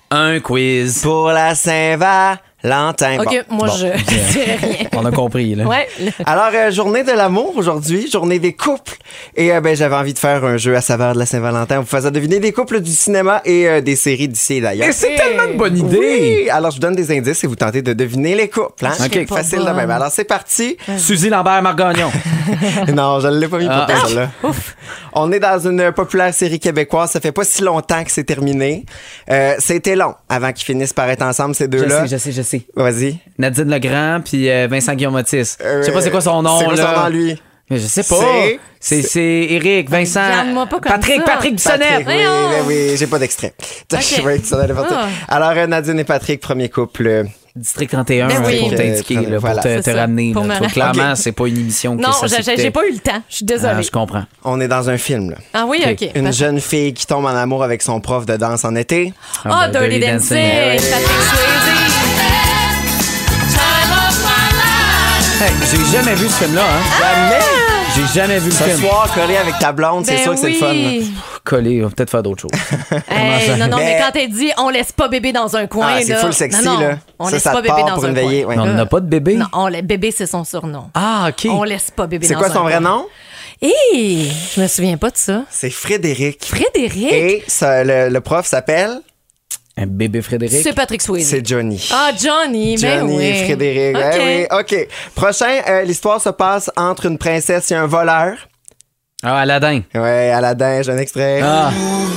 un quiz. Pour la Saint-Valentin. OK, moi, je dirais rien. On a compris, là. Ouais. Alors, journée de l'amour aujourd'hui, journée des couples. Et j'avais envie de faire un jeu à saveur de la Saint-Valentin. Vous faisait deviner des couples du cinéma et des séries d'ici et d'ailleurs. Mais c'est tellement une bonne idée. Oui! Alors, je vous donne des indices et vous tentez de deviner les couples. Hein? OK. Facile de même. Alors, c'est parti. Suzy Lambert, Marc Gagnon. Non, je ne l'ai pas mis pour toi, celle-là. On est dans une populaire série québécoise. Ça fait pas si longtemps que c'est terminé. C'était long avant qu'ils finissent par être ensemble, ces deux-là. Je sais. Vas-y. Nadine Legrand puis Vincent Guillaume-Otis. Je sais pas c'est quoi son nom, C'est quoi là. son nom, lui? Mais je sais pas. C'est Éric, Vincent, Regarde-moi pas comme Patrick, ça. Patrick Bissonnette. Patrick, oui, j'ai pas d'extrait. Je vais être sur n'importe quoi. Alors, Nadine et Patrick, premier couple. District 31, Ben oui. pour t'indiquer, là, Voilà. pour te C'est ça. ramener. Pour là. me Clairement, Ok. c'est pas une émission qui Non, ça j'ai pas eu le temps. Je suis désolée. Ah, je comprends. On est dans un film, là. Ah oui, OK. Une jeune fille qui tombe en amour avec son prof de danse en été. Ah, Dirty Dancing. Patrick Swayze. Hey, j'ai jamais vu ce film-là, hein? Jamais! J'ai jamais vu le Ce film. soir, collé avec ta blonde, c'est Ben sûr que c'est le fun. là. Collé, on va peut-être faire d'autres choses. Hey, non, mais Mais- quand elle dit on laisse pas bébé dans un coin, Ah, c'est là. full sexy, non, là. On Ça, laisse ça pas te bébé part dans pour un une coin. veillée, ouais. Mais on n'a pas de bébé. Non, bébé, c'est son surnom. Ah, OK. On laisse pas bébé C'est dans quoi un son vrai coin. nom? Hé, je me souviens pas de ça. C'est Frédéric. Frédéric, Et le prof s'appelle? Un bébé Frédéric. c'est Patrick Swayze. C'est Johnny. Ah, Johnny, ben Johnny oui. et Frédéric. OK. Eh oui, OK. Prochain, l'histoire se passe entre une princesse et un voleur. Ah, Aladdin. Ouais, Aladdin, j'ai un extrait. Ah.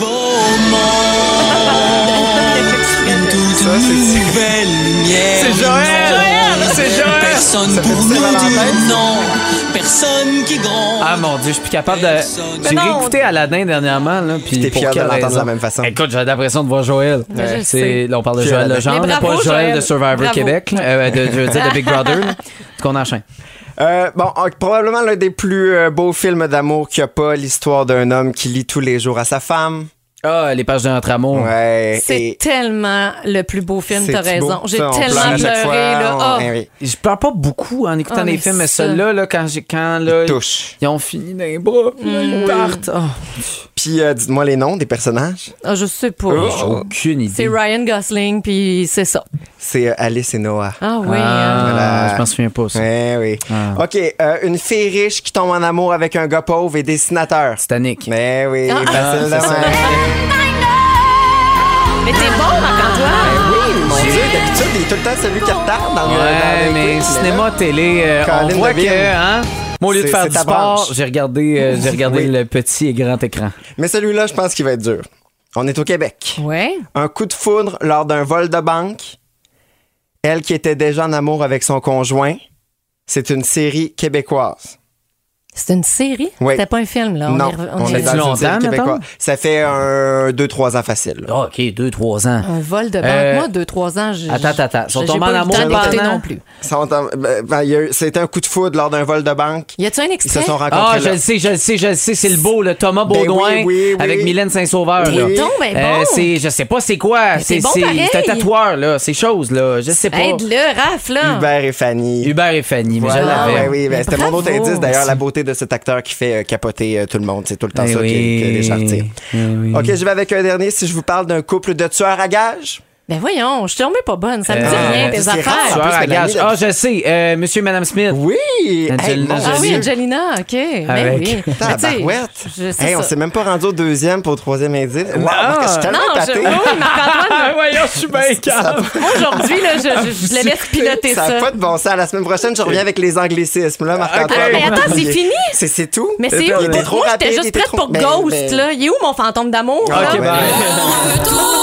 Ça, c'est... C'est Joël! C'est Joël! Personne Ça fait pour du nous Saint-Valentin? dire non. Personne qui gronde. Ah mon Dieu, je suis plus capable de. J'ai non. réécouté Aladdin dernièrement, là. Puis T'es pour fier de quelle l'entendre raison? de la même façon. Écoute, j'ai l'impression de voir Joël. je C'est- sais. Là, on parle de Puis Joël Aladdin. Legendre, Mais bravo, pas Joël Joël. de Survivor Bravo. Québec, là. Je veux dire de Big Brother. Là. Qu'on enchaîne. Probablement l'un des plus beaux films d'amour qu'il n'y a pas, l'histoire d'un homme qui lit tous les jours à sa femme. Ah, les pages de notre amour. Ouais. C'est et tellement le plus beau film, c'est t'as beau. raison. J'ai Ça, on tellement pleure à chaque pleuré, fois. là. Ah. Eh oui. Je pleure pas beaucoup en écoutant Ah, des mais films, mais ça. celui-là, là, quand là, Touche. ils ont fini dans les bras, puis là, ils partent. Ah, Puis dites-moi les noms des personnages. Ah, je sais pas. j'ai aucune idée. C'est Ryan Gosling, puis c'est ça. C'est Alice et Noah. Ah oui. Ah, Voilà. je m'en souviens pas, ça. Ouais, oui. Ah. OK, une fille riche qui tombe en amour avec un gars pauvre et dessinateur. Titanic. Mais oui, facile c'est de ça. même. Mais t'es bon, Marc-Antoine. Oui, mon Dieu, d'habitude, il est tout le temps celui qui retarde dans le dans Ouais, les mais quiz, cinéma, télé, on Colin voit Devine. que, hein, moi, au lieu de C'est- faire c'est du ta sport, branche. j'ai regardé Oui. le petit et grand écran. Mais celui-là, je pense qu'il va être dur. On est au Québec. Ouais. Un coup de foudre lors d'un vol de banque. Elle qui était déjà en amour avec son conjoint. C'est une série québécoise. C'est une série? Oui. C'était pas un film, là. Non, on est dans une longtemps, série mettons? québécoise. Ça fait 2-3 ans facile. là. Ah, OK, 2-3 ans. Un vol de banque. Moi, 2-3 ans, j'ai. Attends. Ils sont j'ai tombés pas en eu le amour temps d'écouter pendant? non plus. C'était un coup de foudre lors d'un vol de banque. Y a-tu un Ils se extrait? sont Ah, rencontrés je là. le sais, c'est le beau, le Thomas Ben Baudouin oui, oui, oui. avec Mylène Saint-Sauveur. T'es là. donc ben bon. Je sais pas c'est quoi. Mais c'est bon pareil. C'est un tatoueur, là. Ces choses, là. Je sais pas. Aide-le, Raph, là. Hubert et Fanny. Hubert et Fanny, mais je Voilà, l'avais. oui. C'était mon autre Bravo. indice, d'ailleurs, la beauté de cet acteur qui fait capoter tout le monde. C'est tout le temps Eh ça oui. que les gens retirent. Eh oui. OK, je vais avec un dernier. Si je vous parle d'un couple de tueurs à gages. Ben voyons, je suis tombée pas bonne. Ça me dit rien, tes c'est rare. affaires. Tueur à plus, gage. Mélanie, Ah, je sais. Monsieur et Madame Smith. Oui! Angelina mon Ah oui, Dieu. Angelina, OK. Ben Avec- oui. Mais tu sais, Tabarouette. je sais Hey, on ça. s'est même pas rendu au deuxième pour au troisième indice. Wow, Ah. je suis tellement Non, épaté. oui, Marc-Antoine, voyons, je suis bien calme. aujourd'hui, là, je le laisse piloter Ça ça. n'a pas de bon sens. La semaine prochaine, je reviens avec les anglicismes. Là, Marc-Antoine. Ok. Mais attends, c'est fini? C'est tout? Mais c'est Il où? était trop Moi, rapide. j'étais il juste était prête trop- pour Ben, Ghost, ben- là. Il est où mon fantôme d'amour? OK, là? bye. Retour